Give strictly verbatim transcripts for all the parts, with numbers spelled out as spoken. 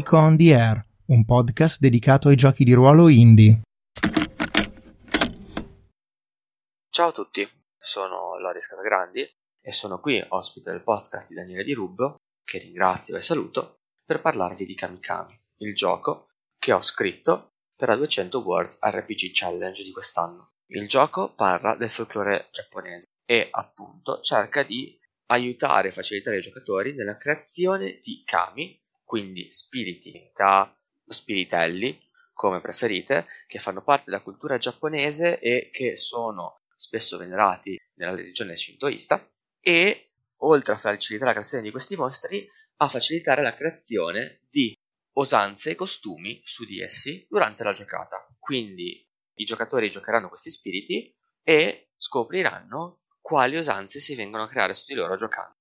Rico on the Air, un podcast dedicato ai giochi di ruolo indie. Ciao a tutti, sono Loris Casagrandi e sono qui ospite del podcast di Daniele Di Rubbo, che ringrazio e saluto, per parlarvi di Kamikami, il gioco che ho scritto per la duecento Words R P G Challenge di quest'anno. Il gioco parla del folklore giapponese e appunto cerca di aiutare e facilitare i giocatori nella creazione di kami, quindi spiriti, entità o spiritelli, come preferite, che fanno parte della cultura giapponese e che sono spesso venerati nella religione shintoista, e oltre a facilitare la creazione di questi mostri, a facilitare la creazione di usanze e costumi su di essi durante la giocata. Quindi i giocatori giocheranno questi spiriti e scopriranno quali usanze si vengono a creare su di loro giocando.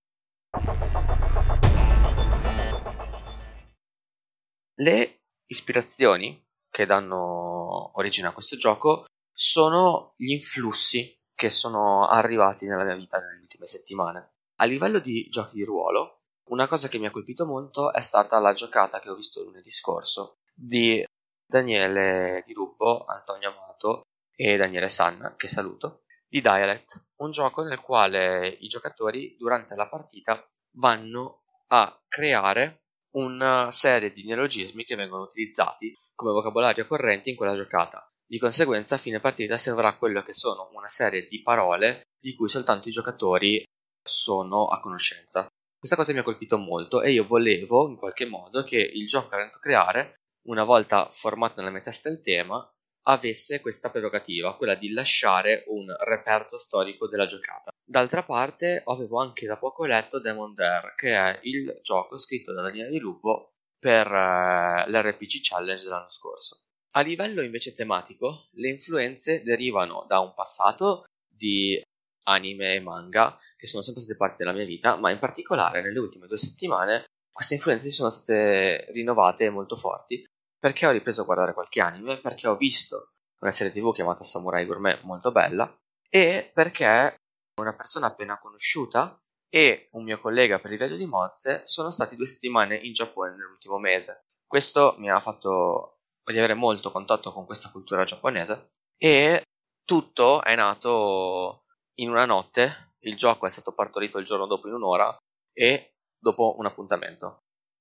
Le ispirazioni che danno origine a questo gioco sono gli influssi che sono arrivati nella mia vita nelle ultime settimane. A livello di giochi di ruolo, una cosa che mi ha colpito molto è stata la giocata che ho visto lunedì scorso di Daniele Di Rubbo, Antonio Amato e Daniele Sanna, che saluto, di Dialect, un gioco nel quale i giocatori durante la partita vanno a creare una serie di neologismi che vengono utilizzati come vocabolario corrente in quella giocata. Di conseguenza a fine partita si avrà quello che sono una serie di parole di cui soltanto i giocatori sono a conoscenza. Questa cosa mi ha colpito molto e io volevo in qualche modo che il gioco che avevo creare, una volta formato nella mia testa il tema, avesse questa prerogativa, quella di lasciare un reperto storico della giocata. D'altra parte avevo anche da poco letto Demon Dare, che è il gioco scritto da Daniele Di Rubbo per eh, l'R P G Challenge dell'anno scorso. A livello invece tematico, le influenze derivano da un passato di anime e manga che sono sempre state parte della mia vita, ma in particolare nelle ultime due settimane queste influenze sono state rinnovate molto forti, perché ho ripreso a guardare qualche anime, perché ho visto una serie tv chiamata Samurai Gourmet molto bella, e perché una persona appena conosciuta e un mio collega per il viaggio di Mozze sono stati due settimane in Giappone nell'ultimo mese. Questo mi ha fatto di avere molto contatto con questa cultura giapponese e tutto è nato in una notte. Il gioco è stato partorito il giorno dopo in un'ora e dopo un appuntamento.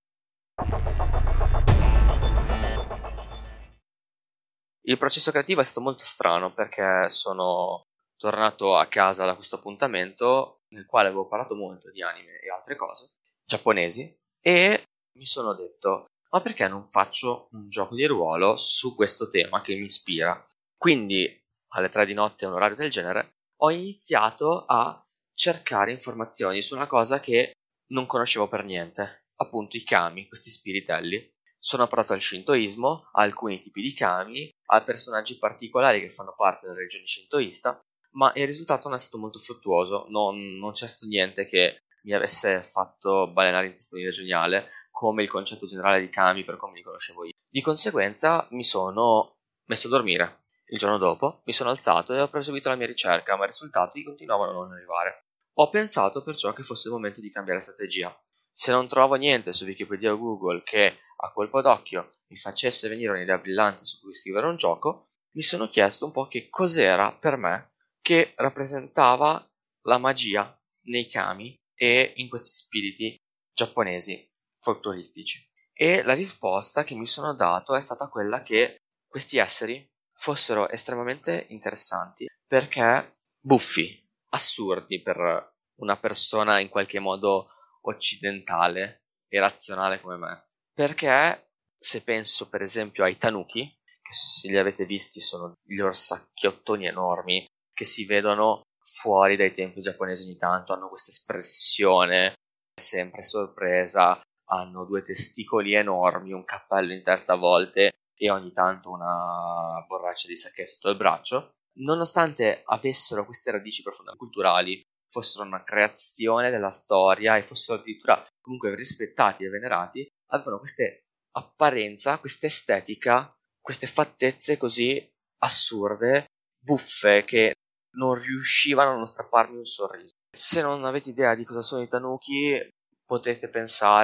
Il processo creativo è stato molto strano perché sono tornato a casa da questo appuntamento nel quale avevo parlato molto di anime e altre cose giapponesi e mi sono detto: ma perché non faccio un gioco di ruolo su questo tema che mi ispira? Quindi alle tre di notte, a un orario del genere, ho iniziato a cercare informazioni su una cosa che non conoscevo per niente, appunto i kami, questi spiritelli. Sono approdato al shintoismo, a alcuni tipi di kami, a personaggi particolari che fanno parte della religione shintoista, ma il risultato non è stato molto fruttuoso, non, non c'è stato niente che mi avesse fatto balenare in testa un'idea geniale, come il concetto generale di kami per come li conoscevo io. Di conseguenza mi sono messo a dormire. Il giorno dopo mi sono alzato e ho proseguito la mia ricerca, ma i risultati continuavano a non arrivare. Ho pensato perciò che fosse il momento di cambiare strategia. Se non trovo niente su Wikipedia o Google che a colpo d'occhio mi facesse venire un'idea brillante su cui scrivere un gioco, mi sono chiesto un po' che cos'era per me che rappresentava la magia nei kami e in questi spiriti giapponesi folcloristici. E la risposta che mi sono dato è stata quella che questi esseri fossero estremamente interessanti perché buffi, assurdi per una persona in qualche modo occidentale e razionale come me. Perché se penso per esempio ai tanuki, che se li avete visti sono gli orsacchiottoni enormi che si vedono fuori dai templi giapponesi ogni tanto, hanno questa espressione sempre sorpresa, hanno due testicoli enormi, un cappello in testa a volte e ogni tanto una borraccia di sake sotto il braccio. Nonostante avessero queste radici profondamente culturali, fossero una creazione della storia e fossero addirittura comunque rispettati e venerati, avevano queste apparenza, questa estetica, queste fattezze così assurde, buffe, che non riuscivano a non strapparmi un sorriso. Se non avete idea di cosa sono i tanuki, potete pensare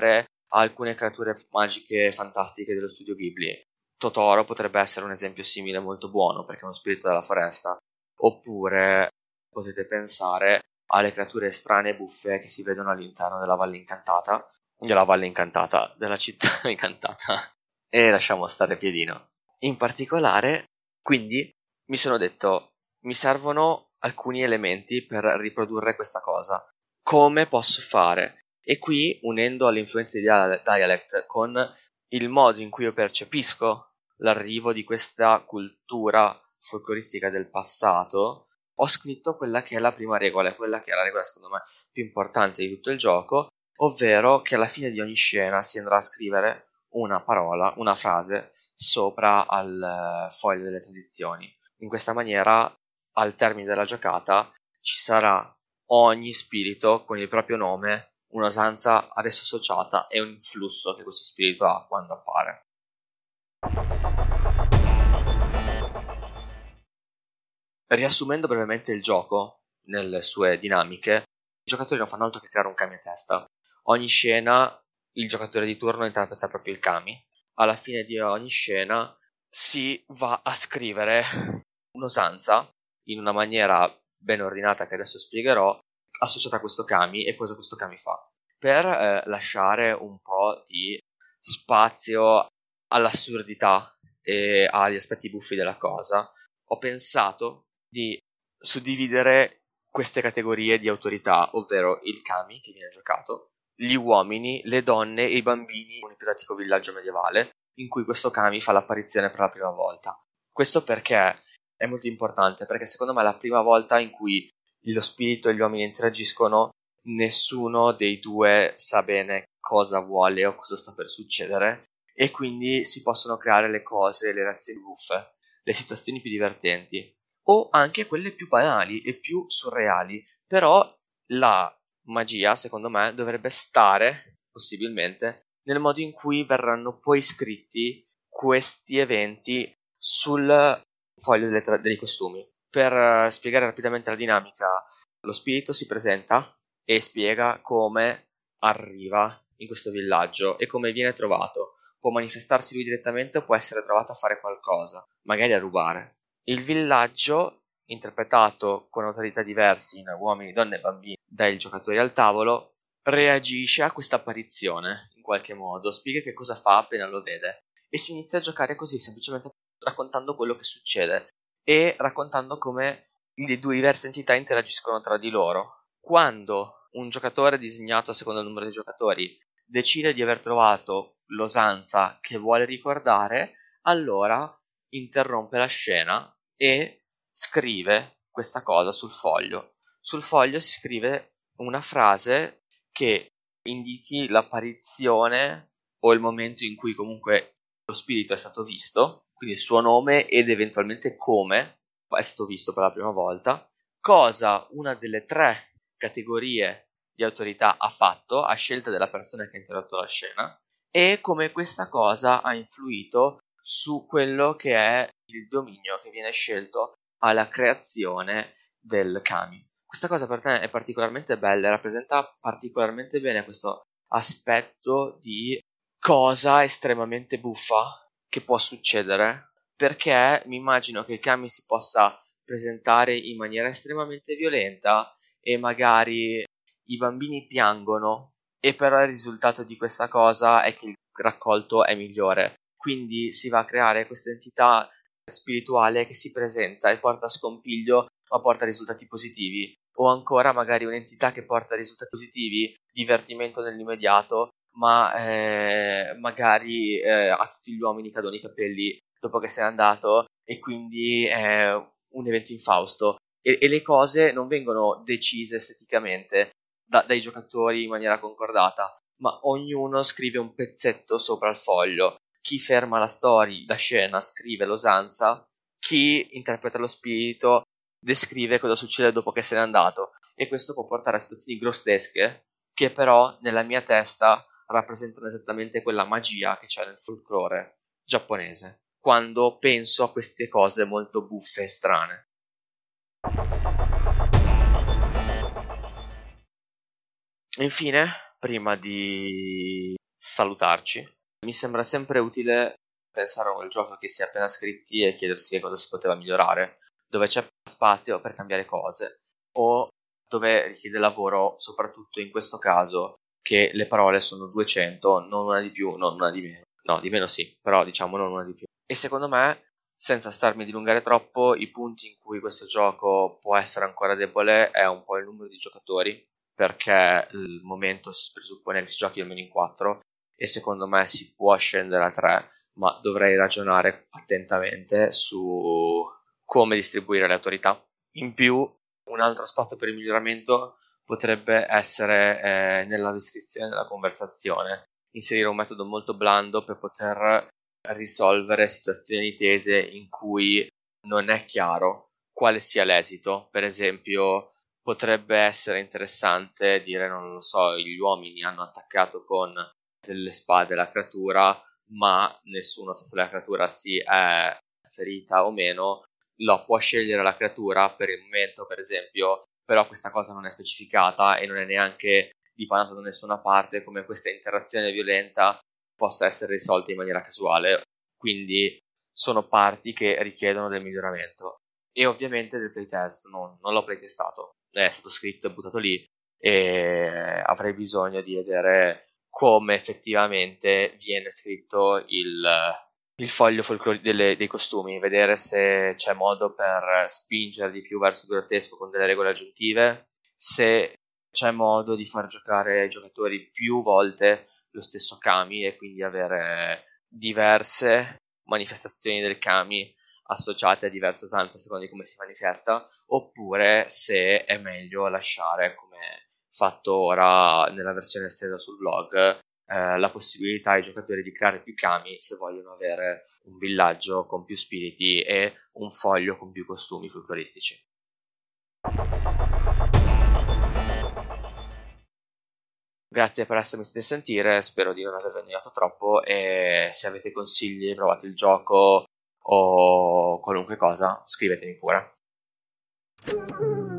alcune creature magiche fantastiche dello studio Ghibli. Totoro potrebbe essere un esempio simile molto buono perché è uno spirito della foresta, oppure potete pensare alle creature strane e buffe che si vedono all'interno della Valle Incantata, della Valle Incantata, della città incantata, e lasciamo stare Piedino. In particolare, quindi, mi sono detto, mi servono alcuni elementi per riprodurre questa cosa. Come posso fare? E qui, unendo alle influenze di Dialect con il modo in cui io percepisco l'arrivo di questa cultura folcloristica del passato, ho scritto quella che è la prima regola, quella che è la regola secondo me più importante di tutto il gioco, ovvero che alla fine di ogni scena si andrà a scrivere una parola, una frase sopra al foglio delle tradizioni. In questa maniera, al termine della giocata, ci sarà ogni spirito con il proprio nome, un'usanza adesso associata e un influsso che questo spirito ha quando appare. Riassumendo brevemente il gioco nelle sue dinamiche, i giocatori non fanno altro che creare un kami a testa. Ogni scena il giocatore di turno interpreta proprio il kami. Alla fine di ogni scena si va a scrivere un'usanza in una maniera ben ordinata che adesso spiegherò, associata a questo kami e cosa questo kami fa. Per eh, lasciare un po' di spazio all'assurdità e agli aspetti buffi della cosa, ho pensato di suddividere queste categorie di autorità, ovvero il kami che viene giocato, gli uomini, le donne e i bambini in un ipotetico villaggio medievale in cui questo kami fa l'apparizione per la prima volta. Questo perché è molto importante, perché secondo me è la prima volta in cui lo spirito e gli uomini interagiscono, nessuno dei due sa bene cosa vuole o cosa sta per succedere, e quindi si possono creare le cose, le reazioni buffe, le situazioni più divertenti, o anche quelle più banali e più surreali. Però la magia, secondo me, dovrebbe stare, possibilmente, nel modo in cui verranno poi scritti questi eventi sul foglio delle tra- dei costumi. Per uh, spiegare rapidamente la dinamica, lo spirito si presenta e spiega come arriva in questo villaggio e come viene trovato. Può manifestarsi lui direttamente o può essere trovato a fare qualcosa, magari a rubare. Il villaggio, interpretato con autorità diversi in uomini, donne e bambini dai giocatori al tavolo, reagisce a questa apparizione in qualche modo, spiega che cosa fa appena lo vede e si inizia a giocare così, semplicemente raccontando quello che succede e raccontando come le due diverse entità interagiscono tra di loro. Quando un giocatore disegnato secondo il numero di giocatori decide di aver trovato l'usanza che vuole ricordare, allora interrompe la scena e scrive questa cosa sul foglio. Sul foglio si scrive una frase che indichi l'apparizione o il momento in cui comunque lo spirito è stato visto, quindi il suo nome ed eventualmente come è stato visto per la prima volta, cosa una delle tre categorie di autorità ha fatto a scelta della persona che ha interrotto la scena e come questa cosa ha influito su quello che è il dominio che viene scelto alla creazione del kami. Questa cosa per me è particolarmente bella e rappresenta particolarmente bene questo aspetto di cosa estremamente buffa che può succedere, perché mi immagino che il kami si possa presentare in maniera estremamente violenta e magari i bambini piangono e però il risultato di questa cosa è che il raccolto è migliore, quindi si va a creare questa entità spirituale che si presenta e porta scompiglio ma porta risultati positivi, o ancora magari un'entità che porta risultati positivi, divertimento nell'immediato, ma eh, magari eh, a tutti gli uomini cadono i capelli dopo che se n'è andato e quindi è un evento infausto e, e le cose non vengono decise esteticamente da, dai giocatori in maniera concordata, ma ognuno scrive un pezzetto sopra il foglio. Chi ferma la storia, la scena, scrive l'usanza, chi interpreta lo spirito descrive cosa succede dopo che se n'è andato, e questo può portare a situazioni grottesche che però nella mia testa rappresentano esattamente quella magia che c'è nel folklore giapponese quando penso a queste cose molto buffe e strane. Infine, prima di salutarci. Mi sembra sempre utile pensare a un gioco che si è appena scritti e chiedersi che cosa si poteva migliorare, dove c'è spazio per cambiare cose o dove richiede lavoro, soprattutto in questo caso che le parole sono duecento, non una di più, non una di meno. No, di meno sì, però diciamo non una di più. E secondo me, senza starmi a dilungare troppo, i punti in cui questo gioco può essere ancora debole è un po' il numero di giocatori, perché il momento si presuppone che si giochi almeno in quattro e secondo me si può scendere a tre, ma dovrei ragionare attentamente su come distribuire le autorità. In più, un altro spazio per il miglioramento potrebbe essere eh, nella descrizione della conversazione, inserire un metodo molto blando per poter risolvere situazioni tese in cui non è chiaro quale sia l'esito. Per esempio, potrebbe essere interessante dire, non lo so, gli uomini hanno attaccato con delle spade la creatura, ma nessuno sa se la creatura si è ferita o meno. Lo può scegliere la creatura per il momento, per esempio, però questa cosa non è specificata e non è neanche dipanata da nessuna parte come questa interazione violenta possa essere risolta in maniera casuale. Quindi sono parti che richiedono del miglioramento e ovviamente del playtest. Non, non l'ho playtestato, è stato scritto e buttato lì e avrei bisogno di vedere come effettivamente viene scritto il, il foglio folclorico delle, dei costumi, vedere se c'è modo per spingere di più verso il grottesco con delle regole aggiuntive, se c'è modo di far giocare ai giocatori più volte lo stesso kami e quindi avere diverse manifestazioni del kami associate a diverse usanze a seconda di come si manifesta, oppure se è meglio lasciare, come fatto ora nella versione estesa sul blog, eh, la possibilità ai giocatori di creare più kami se vogliono avere un villaggio con più spiriti e un foglio con più costumi folcloristici. Grazie per essermi stati a sentire, spero di non avervi annoiato troppo e se avete consigli, provate il gioco o qualunque cosa, scrivetemi pure.